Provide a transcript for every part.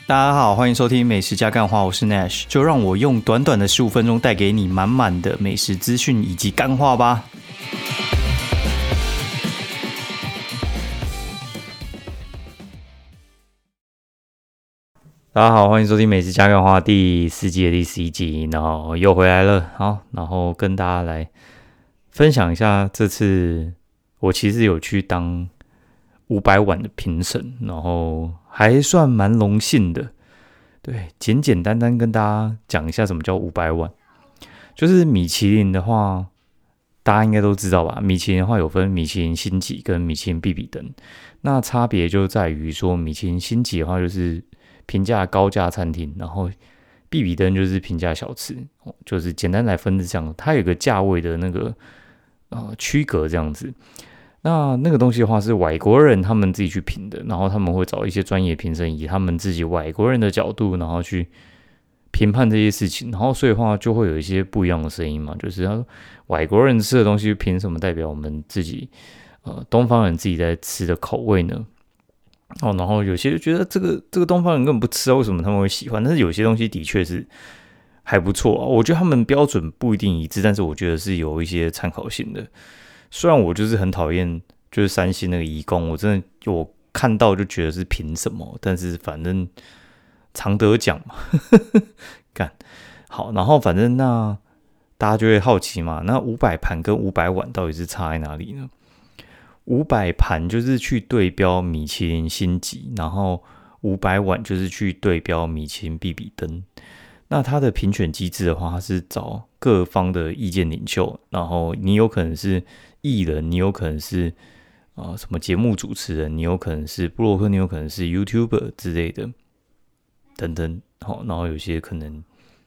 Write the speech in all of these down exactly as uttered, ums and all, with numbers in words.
大家好，欢迎收听美食加干话，我是 Nash， 就让我用短短的十五分钟带给你满满的美食资讯以及干话吧。大家好，欢迎收听美食加干话第四季的第十一集，然后又回来了，好，然后跟大家来分享一下，这次我其实有去当五百碗的评审，然后还算蛮荣幸的。对，简简单单跟大家讲一下什么叫五百碗。就是米其林的话，大家应该都知道吧？米其林的话有分米其林星级跟米其林必比登，那差别就在于说，米其林星级的话就是评价高价餐厅，然后必比登就是评价小吃，就是简单来分是这样，它有一个价位的那个呃区隔这样子。那那个东西的话是外国人他们自己去评的，然后他们会找一些专业评审以他们自己外国人的角度，然后去评判这些事情，然后所以的话就会有一些不一样的声音嘛，就是他说外国人吃的东西凭什么代表我们自己呃东方人自己在吃的口味呢？哦，然后有些就觉得这个这个东方人根本不吃啊，为什么他们会喜欢？但是有些东西的确是还不错啊，我觉得他们标准不一定一致，但是我觉得是有一些参考性的。虽然我就是很讨厌就是山西那个移工，我真的我看到就觉得是凭什么，但是反正常得奖嘛，干好，然后反正那大家就会好奇嘛，那五百盘跟五百碗到底是差在哪里呢？五百盘就是去对标米其林星级，然后五百碗就是去对标米其林必比登。那它的评选机制的话，它是找各方的意见领袖，然后你有可能是艺人，你有可能是、呃、什么节目主持人，你有可能是部落客，你有可能是 YouTuber 之类的，等等。然后有些可能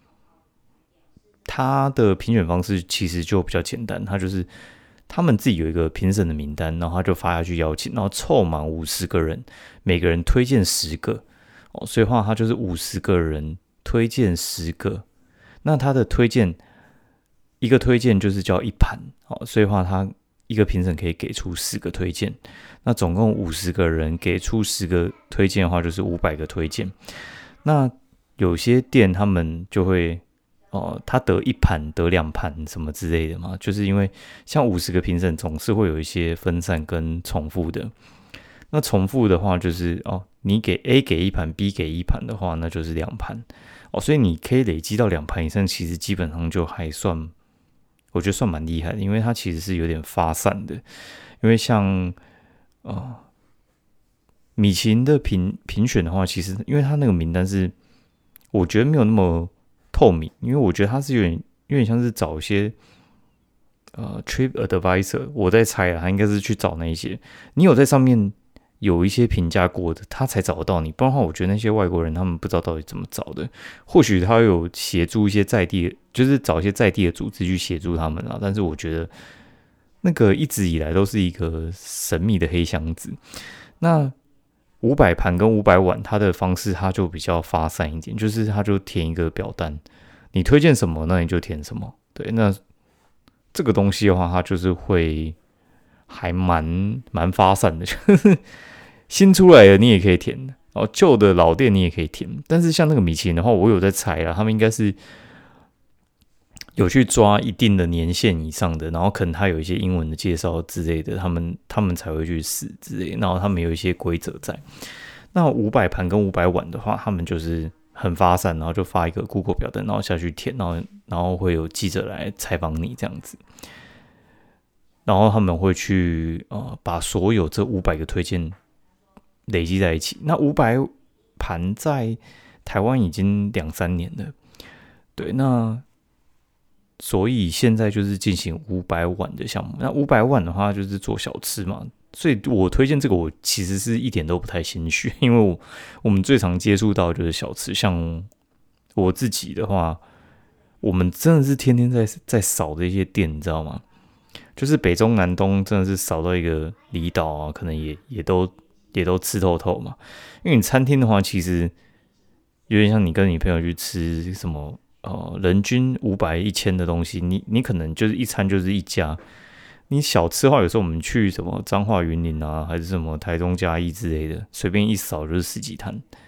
他的评选方式其实就比较简单，他就是他们自己有一个评审的名单，然后他就发下去邀请，然后凑满五十个人，每个人推荐十个，哦，所以的话他就是五十个人推荐十个，那他的推荐一个推荐就是叫一盘，哦，所以的话他一个评审可以给出十个推荐，那总共五十个人给出十个推荐的话，就是五百个推荐。那有些店他们就会哦，他得一盘得两盘什么之类的嘛，就是因为像五十个评审总是会有一些分散跟重复的。那重复的话就是哦，你给 A 给一盘 ，B 给一盘的话，那就是两盘哦，所以你可以累积到两盘以上，其实基本上就还算，我觉得算蛮厉害的，因为它其实是有点发散的。因为像呃米其林的评评选的话，其实因为它那个名单是我觉得没有那么透明，因为我觉得它是有点有点像是找一些呃 Trip Advisor， 我在猜啊，他应该是去找那一些你有在上面有一些评价过的，他才找得到你。不然的话，我觉得那些外国人他们不知道到底怎么找的。或许他有协助一些在地的，就是找一些在地的组织去协助他们啦。但是我觉得那个一直以来都是一个神秘的黑箱子。那五百盘跟五百碗，它的方式它就比较发散一点，就是它就填一个表单，你推荐什么，那你就填什么。对，那这个东西的话，它就是会还蛮蛮发散的，就是新出来的你也可以填，哦，旧的老店你也可以填。但是像那个米其林的话，我有在猜啦，他们应该是有去抓一定的年限以上的，然后可能他有一些英文的介绍之类的，他们他们才会去试之类的，然后他们有一些规则在。那五百盘跟五百碗的话，他们就是很发散，然后就发一个 Google 表单，然后下去填，然后然后会有记者来采访你这样子。然后他们会去呃把所有这五百个推荐累积在一起。那五百盘在台湾已经两三年了，对，那所以现在就是进行五百碗的项目。那五百碗的话就是做小吃嘛，所以我推荐这个我其实是一点都不太心虚，因为我我们最常接触到的就是小吃。像我自己的话，我们真的是天天在在扫这些店，你知道吗？就是北中南东真的是扫到一个离岛啊，可能也也都也都吃透透嘛。因为你餐厅的话，其实有点像你跟你朋友去吃什么呃人均五百一千的东西，你你可能就是一餐就是一家。你小吃的话，有时候我们去什么彰化云林啊，还是什么台中嘉义之类的，随便一扫就是十几摊。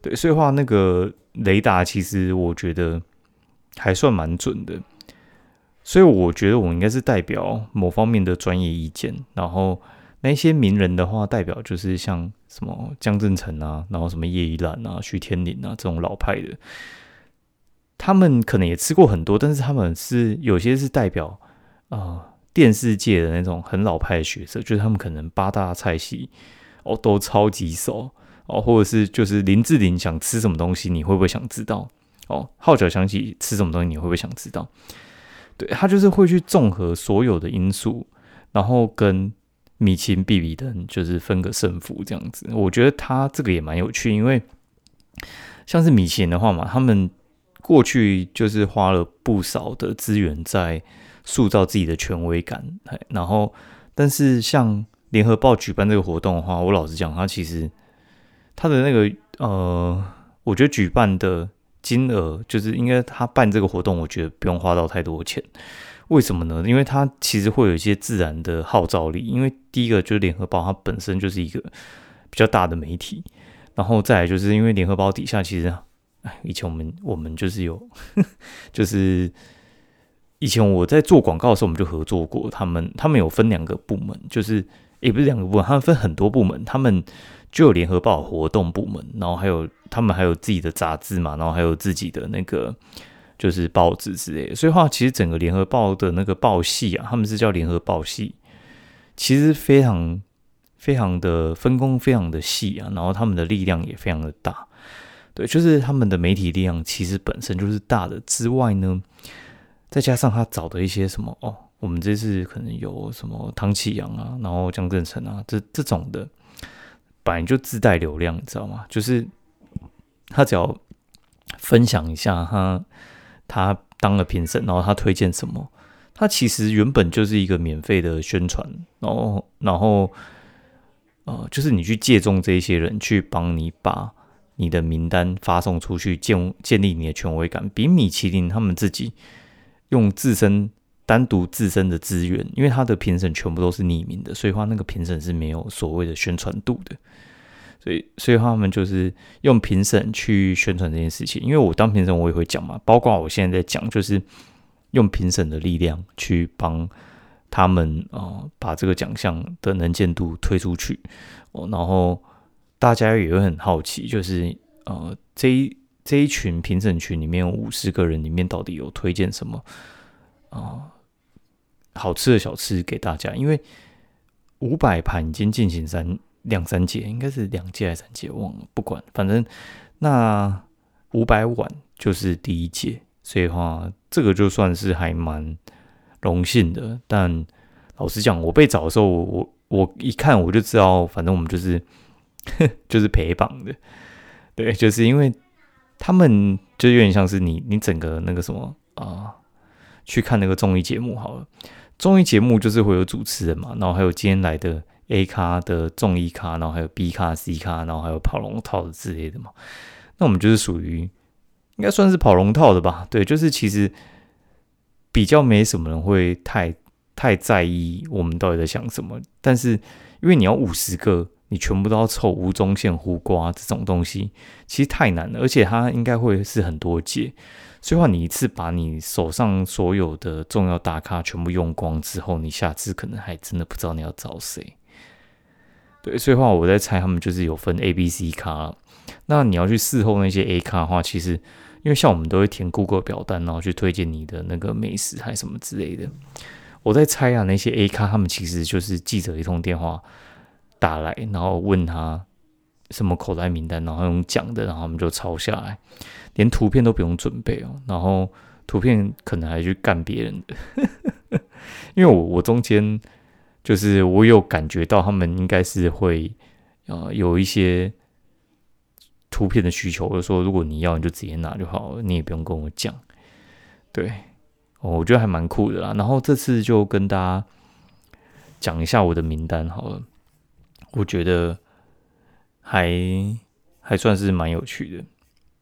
对，所以话那个雷达其实我觉得还算蛮准的，所以我觉得我应该是代表某方面的专业意见，然后那些名人的话，代表就是像什么江振成啊，然后什么叶宜兰啊、徐天林啊这种老派的，他们可能也吃过很多，但是他们是有些是代表啊、呃、电视界的那种很老派的学者，就是他们可能八大菜系哦都超级熟哦，或者是就是林志玲想吃什么东西，你会不会想知道？哦，号角响起吃什么东西，你会不会想知道？对，他就是会去综合所有的因素，然后跟米其林必比登就是分个胜负这样子。我觉得他这个也蛮有趣，因为像是米其林的话嘛，他们过去就是花了不少的资源在塑造自己的权威感，然后但是像联合报举办这个活动的话，我老实讲，他其实他的那个呃，我觉得举办的金额就是应该他办这个活动，我觉得不用花到太多钱。为什么呢？因为它其实会有一些自然的号召力。因为第一个就是联合报，它本身就是一个比较大的媒体，然后再来就是因为联合报底下其实，哎，以前我们我们就是有，就是以前我在做广告的时候，我们就合作过。他们他们有分两个部门，就是也不是两个部门，他们分很多部门，他们就有联合报活动部门，然后还有他们还有自己的杂志嘛，然后还有自己的那个就是报纸之类的。所以话，其实整个联合报的那个报系啊，他们是叫联合报系，其实非常非常的分工非常的细啊，然后他们的力量也非常的大。对，就是他们的媒体力量其实本身就是大的之外呢，再加上他找的一些什么哦，我们这次可能有什么唐启阳啊，然后江振成啊，这这种的。本来就自带流量，你知道吗？就是他只要分享一下他他当了评审，然后他推荐什么，他其实原本就是一个免费的宣传，然后然后呃，就是你去借重这一些人去帮你把你的名单发送出去，建建立你的权威感，比米其林他们自己用自身单独自身的资源，因为他的评审全部都是匿名的，所以话那个评审是没有所谓的宣传度的。所以，所以他们就是用评审去宣传这件事情。因为我当评审，我也会讲嘛，包括我现在在讲，就是用评审的力量去帮他们呃把这个奖项的能见度推出去。哦，然后大家也会很好奇，就是呃这一这一群评审群里面五十个人里面到底有推荐什么啊、呃、好吃的小吃给大家？因为五百盘已经进行三。两三届，应该是两届还是三届，忘了，不管，反正那五百碗就是第一届，所以的话，这个就算是还蛮荣幸的。但老实讲，我被找的时候，我我我一看我就知道，反正我们就是就是陪榜的，对，就是因为他们就有点像是你你整个那个什么啊、呃，去看那个综艺节目好了，综艺节目就是会有主持人嘛，然后还有今天来的。A 咖的综艺咖，然后还有 B 咖、C 咖，然后还有跑龙套的之类的嘛。那我们就是属于应该算是跑龙套的吧？对，就是其实比较没什么人会太太在意我们到底在想什么。但是因为你要五十个，你全部都要凑吴宗宪、胡瓜这种东西，其实太难了，而且它应该会是很多届。所以话，你一次把你手上所有的重要大咖全部用光之后，你下次可能还真的不知道你要找谁。对，所以话我在猜他们就是有分 A、B、C 咖啦。那你要去事后那些 A 咖的话，其实因为像我们都会填 Google 表单，然后去推荐你的那个美食还什么之类的。我在猜啊，那些 A 咖他们其实就是记者一通电话打来，然后问他什么口袋名单，然后用讲的，然后他们就抄下来，连图片都不用准备哦。然后图片可能还去干别人的，因为我我中间。就是我有感觉到他们应该是会呃有一些图片的需求，或者说如果你要你就直接拿就好了，你也不用跟我讲。对、哦，我觉得还蛮酷的啦。然后这次就跟大家讲一下我的名单好了，我觉得还还算是蛮有趣的。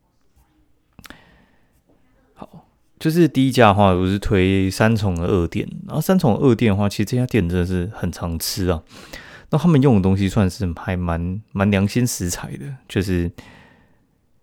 好。就是第一家的话，我是推三重的二店，然后三重的二店的话，其实这家店真的是很常吃啊。那他们用的东西算是还蛮蛮良心食材的，就是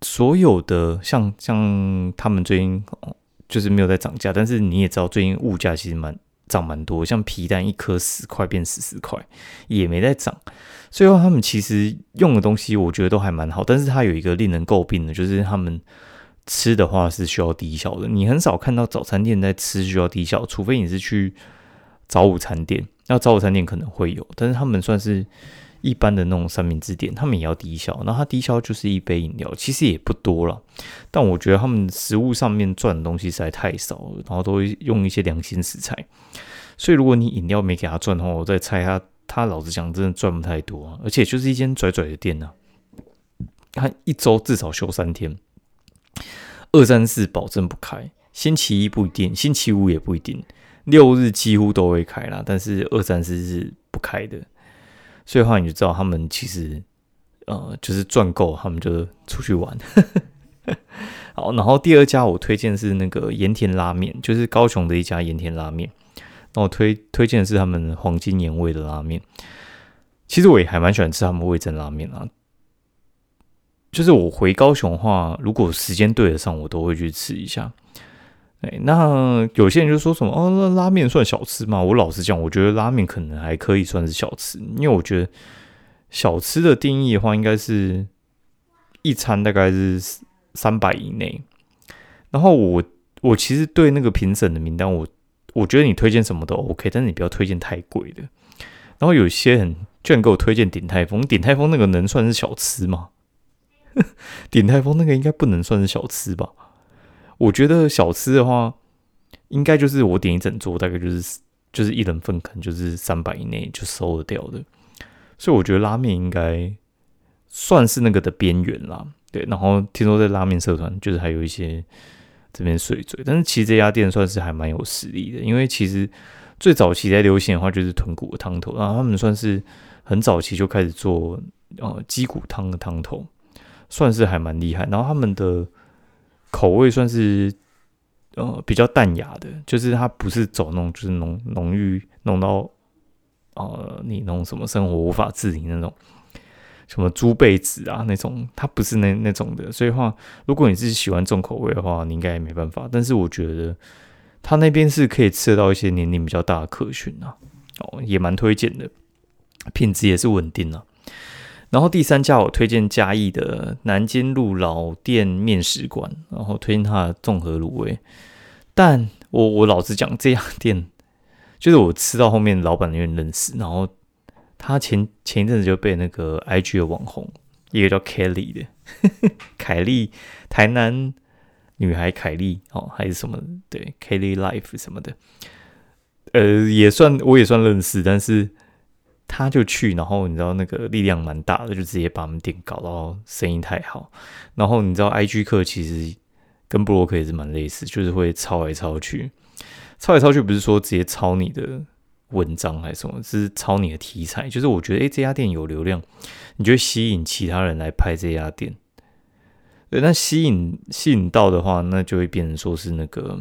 所有的像像他们最近、哦、就是没有在涨价，但是你也知道最近物价其实蛮涨蛮多，像皮蛋一颗十块变十四块，也没在涨。所以他们其实用的东西我觉得都还蛮好，但是它有一个令人诟病的，就是他们吃的话是需要低消的。你很少看到早餐店在吃需要低消，除非你是去早午餐店，那早午餐店可能会有，但是他们算是一般的那种三明治店，他们也要低消。然后它低消就是一杯饮料，其实也不多啦，但我觉得他们食物上面赚的东西实在太少了，然后都会用一些良心食材。所以如果你饮料没给他赚的话，我在猜他，他老实讲真的赚不太多、啊，而且就是一间拽拽的店啊，他一周至少休三天，二三四保证不开，星期一不一定，星期五也不一定，六日几乎都会开啦，但是二三四是不开的。所以的话你就知道他们其实呃就是赚够，他们就出去玩。好，然后第二家我推荐是那个盐田拉面，就是高雄的一家盐田拉面。那我推推荐的是他们黄金盐味的拉面。其实我也还蛮喜欢吃他们味噌拉面啦。就是我回高雄的话，如果时间对得上，我都会去吃一下。那有些人就说什么哦，那拉面算小吃吗？我老实讲，我觉得拉面可能还可以算是小吃，因为我觉得小吃的定义的话，应该是一餐大概是三百以内。然后我我其实对那个评审的名单，我我觉得你推荐什么都 OK， 但是你不要推荐太贵的。然后有些人居然给我推荐鼎泰丰，鼎泰丰那个能算是小吃吗？鼎泰丰那个应该不能算是小吃吧？我觉得小吃的话，应该就是我点一整桌，大概就是就是一人份，可能就是三百以内就收得掉的。所以我觉得拉面应该算是那个的边缘啦。对，然后听说在拉面社团就是还有一些这边碎嘴，但是其实这家店算是还蛮有实力的，因为其实最早期在流行的话就是豚骨的汤头，然后他们算是很早期就开始做呃鸡骨汤的汤头，算是还蛮厉害。然后他们的口味算是呃比较淡雅的，就是它不是走那种就是浓浓郁浓到呃你那种什么生活无法自理那种。什么猪背子啊那种，它不是那那种的，所以的话，如果你是喜欢重口味的话，你应该也没办法。但是我觉得他那边是可以吃得到一些年龄比较大的客群啊，哦，也蛮推荐的，品质也是稳定啊。然后第三家我推荐嘉义的南京路老店面食馆，然后推荐它的综合卤味。但我我老实讲，这家店就是我吃到后面，老板有点认识，然后。他前前一阵子就被那个 I G 的网红，一个叫 Kelly 的凯莉，台南女孩凯莉哦，还是什么对 Kelly Life 什么的，呃，也算我也算认识，但是他就去，然后你知道那个力量蛮大的，就直接把他们店搞到生意太好。然后你知道 I G 客其实跟部落客也是蛮类似，就是会抄来抄去，抄来抄去不是说直接抄你的。文章还是什么，是抄你的题材，就是我觉得，哎、欸，这家店有流量，你就会吸引其他人来拍这家店。对，那吸引吸引到的话，那就会变成说是那个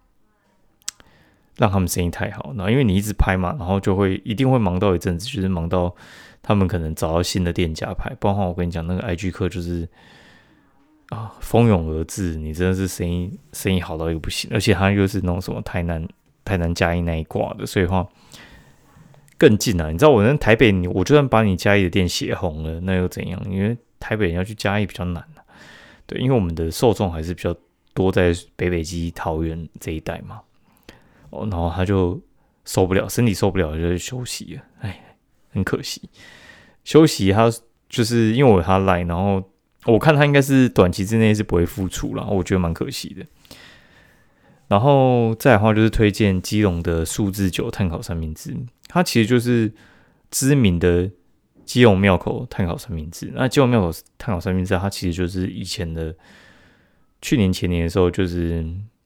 让他们生意太好，然后因为你一直拍嘛，然后就会一定会忙到一阵子，就是忙到他们可能找到新的店家拍。不然的话，我跟你讲，那个 I G 客就是啊蜂拥而至，你真的是生意生意好到一个不行，而且他又是那种什么台南台南嘉义那一挂的，所以的话。更近啊！你知道我在台北，我就算把你嘉义的店写红了，那又怎样？因为台北人要去嘉义比较难啊。对，因为我们的受众还是比较多在北北基、桃园这一带嘛。哦，然后他就受不了，身体受不了，就休息了。哎，很可惜。休息他就是因为我有他 line， 然后我看他应该是短期之内是不会复出啦，我觉得蛮可惜的。然后再来的话就是推荐基隆的数字九炭烤三明治，它其实就是知名的基隆庙口炭烤三明治。那基隆庙口炭烤三明治，它其实就是以前的去年前年的时候，就是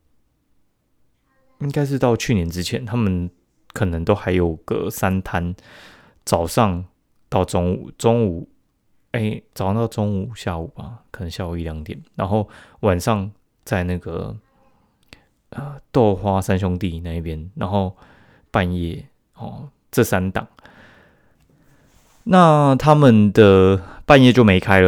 应该是到去年之前，他们可能都还有个三摊，早上到中午，中午哎早上到中午，下午吧，可能下午一两点，然后晚上在那个。呃，豆花三兄弟那一边，然后半夜哦，这三档，那他们的半夜就没开了嘛，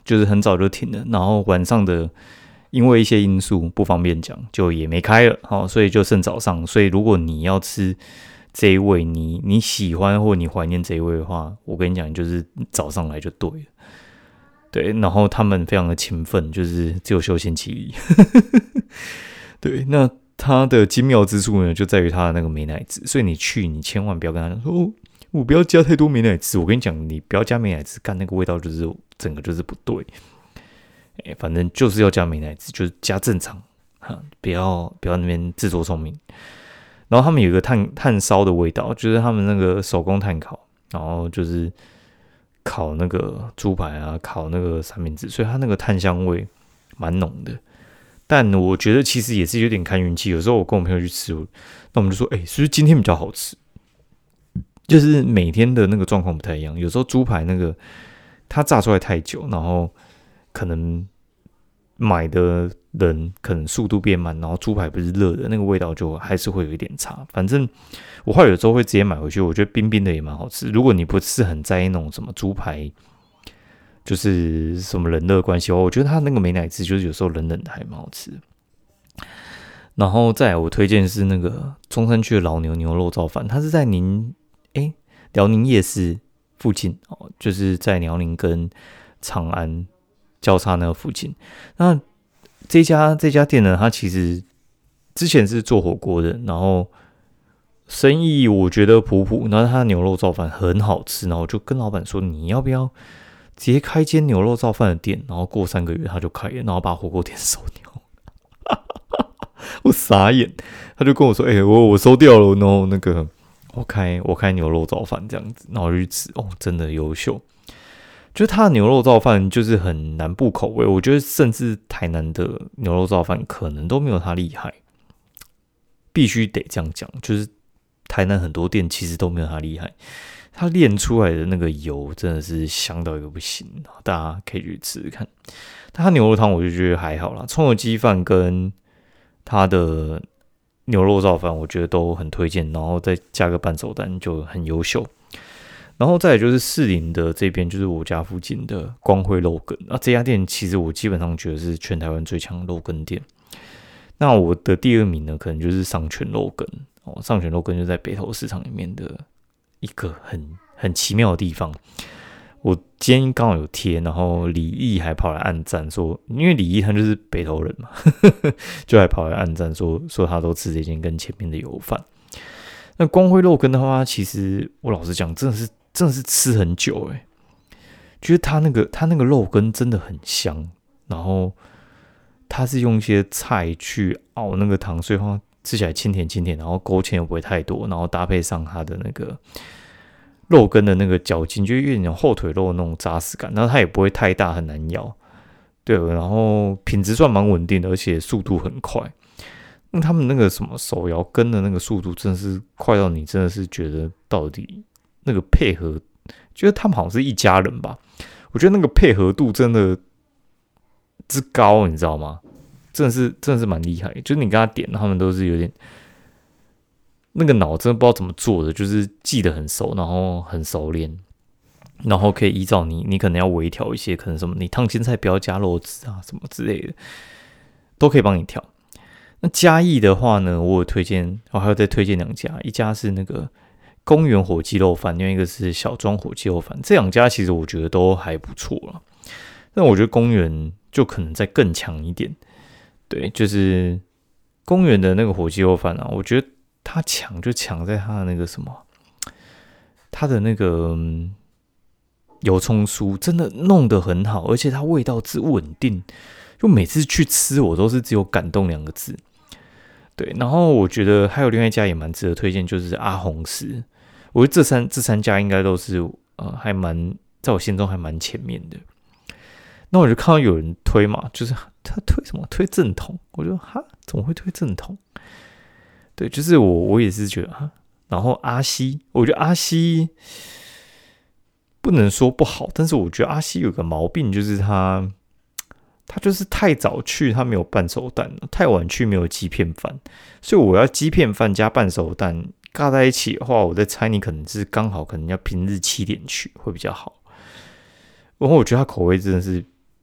就是很早就停了，然后晚上的因为一些因素不方便讲，就也没开了，哦，所以就剩早上。所以如果你要吃这一位，你你喜欢或你怀念这一位的话，我跟你讲，就是早上来就对了。对，然后他们非常的勤奋，就是只有休星期一。对，那它的精妙之处呢，就在于它的那个美乃滋。所以你去，你千万不要跟他讲说，哦，我不要加太多美乃滋。我跟你讲，你不要加美乃滋，干那个味道就是整个就是不对。欸、反正就是要加美乃滋，就是加正常，哈，不要不要那边自作聪明。然后他们有一个炭炭烧的味道，就是他们那个手工炭烤，然后就是烤那个猪排啊，烤那个三明治，所以它那个炭香味蛮浓的。但我觉得其实也是有点看运气，有时候我跟我朋友去吃，那我们就说，哎、欸，是不是今天比较好吃？就是每天的那个状况不太一样，有时候猪排那个它炸出来太久，然后可能买的人可能速度变慢，然后猪排不是热的，那个味道就还是会有一点差。反正我后来有时候会直接买回去，我觉得冰冰的也蛮好吃。如果你不是很在意那种什么猪排，就是什么冷热关系的话，我觉得它那个美乃滋就是有时候冷冷的还蛮好吃的。然后再来我推荐是那个中山区的老牛牛肉燥饭，它是在宁哎辽宁夜市附近哦，就是在辽宁跟长安交叉那个附近。那这家这家店呢，它其实之前是做火锅的，然后生意我觉得普普，然后它的牛肉燥饭很好吃，然后我就跟老板说，你要不要直接开间牛肉燥饭的店？然后过三个月他就开了，然后把火锅店收掉。我傻眼，他就跟我说：“哎、欸，我我收掉了，然后那个我开我开牛肉燥饭这样子，然后我就去吃，哦，真的优秀。就是他的牛肉燥饭就是很南部口味，我觉得甚至台南的牛肉燥饭可能都没有他厉害，必须得这样讲，就是台南很多店其实都没有他厉害。他炼出来的那个油真的是香到一个不行，大家可以去吃吃看。但他牛肉汤我就觉得还好啦，葱油鸡饭跟他的牛肉燥饭我觉得都很推荐，然后再加个半熟蛋就很优秀。然后再来就是士林的这边，就是我家附近的光辉肉羹啊，这家店其实我基本上觉得是全台湾最强的肉羹店。那我的第二名呢，可能就是上泉肉羹哦，上泉肉羹就在北投市场里面的一个很很奇妙的地方。我今天刚好有贴，然后李毅还跑来按赞说，因为李毅他就是北投人嘛，呵呵就还跑来按赞说说他都吃这间跟前面的油饭。那光辉肉羹的话，其实我老实讲，真的是真的是吃很久哎，觉得他那个他那个肉羹真的很香，然后他是用一些菜去熬那个汤，所以话吃起来清甜清甜，然后勾芡又不会太多，然后搭配上它的那个肉羹的那个嚼劲，就有点后腿肉的那种扎实感，然后它也不会太大，很难咬，对，然后品质算蛮稳定的，而且速度很快。那他们那个什么手摇羹的那个速度真的是快到你真的是觉得到底那个配合，觉得他们好像是一家人吧？我觉得那个配合度真的之高，你知道吗？真的是真的是蛮厉害，就是你跟他点，他们都是有点那个脑真的不知道怎么做的，就是记得很熟，然后很熟练，然后可以依照你你可能要微调一些，可能什么你烫青菜不要加肉汁啊什么之类的，都可以帮你调。那嘉义的话呢，我有推荐，我还有再推荐两家，一家是那个公园火鸡肉饭，另外一个是小庄火鸡肉饭，这两家其实我觉得都还不错啦。但我觉得公园就可能再更强一点，对，就是公园的那个火鸡肉饭啊，我觉得它强就强在它的那个什么，它的那个、嗯、油葱酥真的弄得很好，而且它味道之稳定，就每次去吃我都是只有感动两个字。对，然后我觉得还有另外一家也蛮值得推荐，就是阿红师。我觉得这三这三家应该都是呃还蛮在我心中还蛮前面的。那我就看到有人推嘛，就是他推什么推正统，我就哈怎么会推正统？对，就是我我也是觉得哈。然后阿西，我觉得阿西不能说不好，但是我觉得阿西有个毛病，就是他。他就是太早去，他没有半熟蛋；太晚去，没有鸡片饭。所以我要鸡片饭加半熟蛋尬在一起的话，我在猜你可能是刚好，可能要平日七点去会比较好。然后我觉得他口味真的是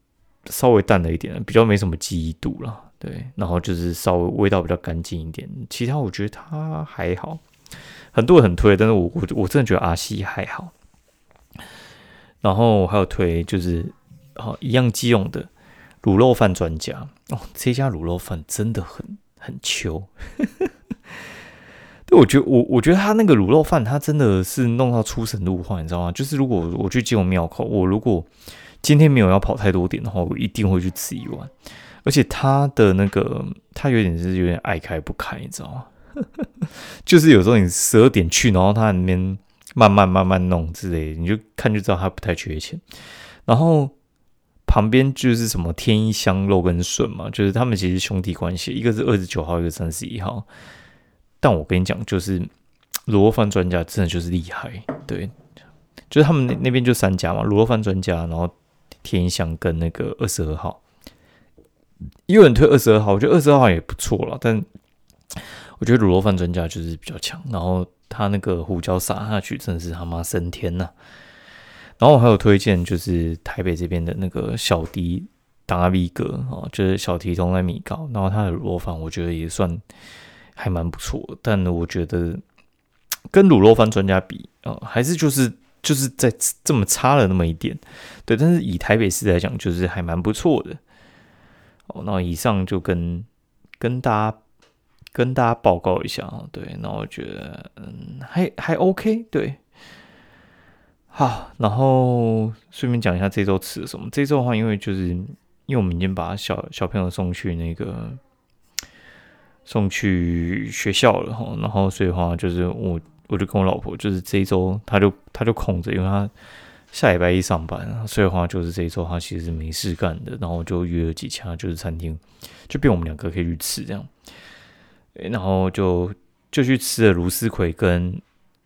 稍微淡了一点，比较没什么记忆度啦。对，然后就是稍微味道比较干净一点，其他我觉得它还好。很多人很推，但是我我我真的觉得阿西还好。然后还有推就是哦一样基隆的卤肉饭专家哦，这家卤肉饭真的很很秋。对，我觉得我我觉得他那个卤肉饭，他真的是弄到出神入化，你知道吗？就是如果我去基隆庙口，我如果今天没有要跑太多点的话，我一定会去吃一碗。而且他的那个，他有点是有点爱开不开，你知道吗？就是有时候你十二点去，然后他那边慢慢慢慢弄之类的，你就看就知道他不太缺钱。然后旁边就是什么天一香肉跟笋嘛，就是他们其实兄弟关系，一个是二十九号，一个三十一号。但我跟你讲，就是卤肉饭专家真的就是厉害，对，就是他们 那, 那边就三家嘛，卤肉饭专家，然后天一香跟那个二十二号。也有人推二十二号，我觉得二十二号也不错啦，但我觉得卤肉饭专家就是比较强，然后他那个胡椒撒下去真的是他妈升天呐、啊。然后我还有推荐就是台北这边的那个小迪达米哥哦，就是小提通在米糕，然后他的卤肉饭我觉得也算还蛮不错，但我觉得跟卤肉饭专家比啊、呃，还是就是就是在这么差了那么一点，对，但是以台北市来讲，就是还蛮不错的。哦，那以上就跟跟大家跟大家报告一下啊，对，那我觉得嗯还还 OK， 对，好，然后顺便讲一下这周吃了什么。这周的话，因为就是因为我们已经把小小朋友送去那个送去学校了哈，然后所以的话就是我我就跟我老婆就是这一周他就他就空着，因为他下礼拜一上班，所以的话就是这一周他其实是没事干的，然后就约了几家就是餐厅，就变我们两个可以去吃这样，然后就就去吃了卢斯葵跟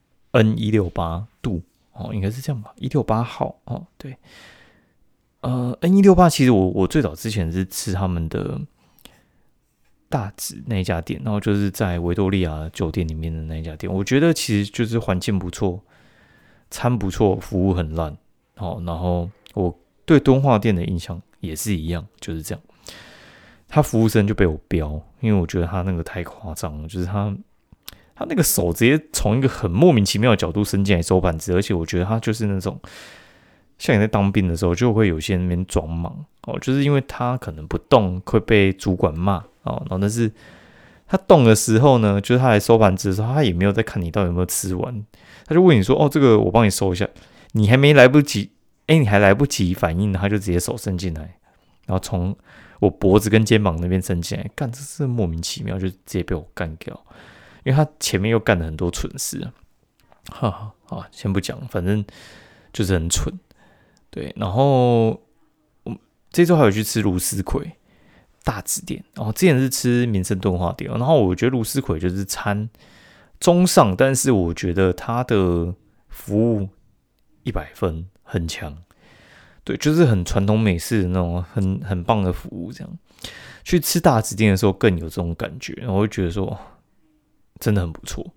N 一六八 度哦，应该是这样吧，一六八号哦，对，呃 N 一六八其实我我最早之前是吃他们的大直那一家店，然后就是在维多利亚酒店里面的那一家店，我觉得其实就是环境不错。餐不错，服务很烂，好，然后我对敦化店的印象也是一样，就是这样。他服务生就被我标，因为我觉得他那个太夸张了，就是他他那个手直接从一个很莫名其妙的角度伸进来收盘子，而且我觉得他就是那种像你在当兵的时候就会有些人那边装忙哦，就是因为他可能不动会被主管骂哦，然后但是他动的时候呢，就是他来收盘子的时候，他也没有在看你到底有没有吃完。他就问你说：“哦，这个我帮你收一下。”你还没来不及，哎、欸，你还来不及反应，他就直接手伸进来，然后从我脖子跟肩膀那边伸进来，干，这是莫名其妙，就直接被我干掉。因为他前面又干了很多蠢事，哈哈，好，先不讲，反正就是很蠢。对，然后我这周还有去吃卢斯葵大直店，然后之前是吃民生敦化店，然后我觉得卢斯葵就是餐。中上，但是我觉得他的服务一百分，很强。对，就是很传统美式的那种很很棒的服务。这样去吃大直店的时候更有这种感觉，然后我会觉得说真的很不错。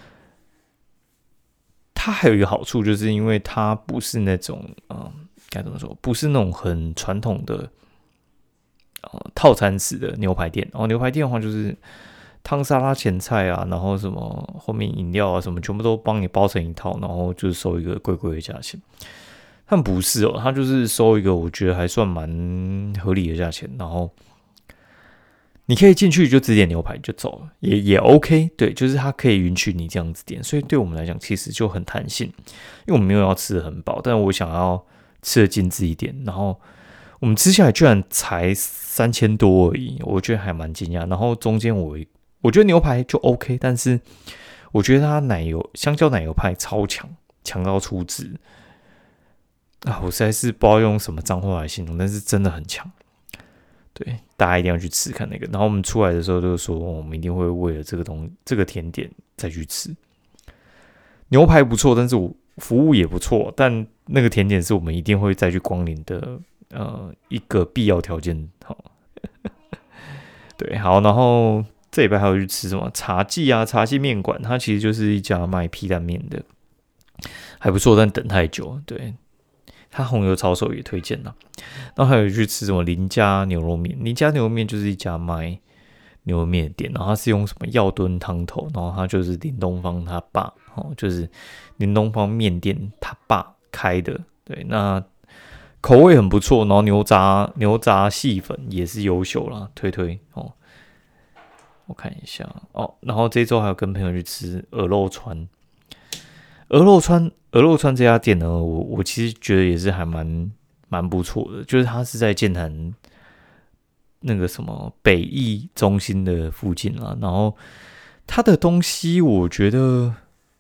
它还有一个好处，就是因为它不是那种嗯该怎么说，不是那种很传统的呃套餐式的牛排店。然后牛排店的话就是。汤沙拉前菜啊，然后什么后面饮料啊什么，全部都帮你包成一套，然后就是收一个贵贵的价钱。他们不是哦，他就是收一个我觉得还算蛮合理的价钱，然后你可以进去就只点牛排就走了，也也 OK。对，就是他可以允许你这样子点，所以对我们来讲其实就很弹性，因为我们没有要吃的很饱，但我想要吃的精致一点，然后我们吃下来居然才三千多而已，我觉得还蛮惊讶。然后中间我。我觉得牛排就 OK， 但是我觉得它奶油香蕉奶油派超强，强到出汁啊！我实在是不知道用什么脏话来形容，但是真的很强。对，大家一定要去吃看那个。然后我们出来的时候就说，哦、我们一定会为了这个东这个甜点再去吃。牛排不错，但是我服务也不错，但那个甜点是我们一定会再去光临的呃一个必要条件。好，对，好，然后。这礼拜还有去吃什么茶记啊？茶记面馆，它其实就是一家卖皮蛋面的，还不错，但等太久。对， 它红油抄手也推荐啦。然后还有去吃什么林家牛肉面，林家牛肉面就是一家卖牛肉面的店，然后它是用什么药炖汤头，然后它就是林东方他爸，哦，就是林东方面店他爸开的，对，那口味很不错，然后牛杂牛杂细粉也是优秀啦，推推哦。我看一下哦，然后这一周还有跟朋友去吃鹅肉川，鹅肉川鹅肉川这家店呢，我我其实觉得也是还蛮蛮不错的，就是它是在剑潭那个什么北艺中心的附近啦，然后它的东西我觉得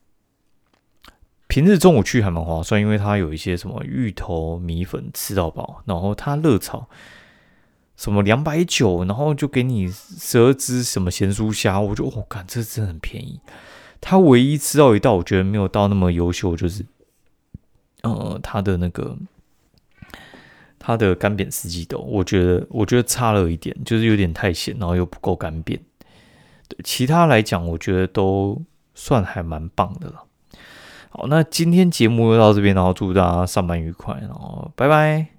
平日中午去还蛮划算，因为它有一些什么芋头米粉吃到饱，然后它热炒什么两百九十，然后就给你十二只什么咸酥虾，我就哦，干，这真的很便宜。它唯一吃到一道我觉得没有到那么优秀，就是呃它的那个它的干煸四季豆，我觉得我觉得差了一点，就是有点太咸，然后又不够干煸。对，其他来讲，我觉得都算还蛮棒的了。好，那今天节目就到这边，然后祝大家上班愉快，然后拜拜。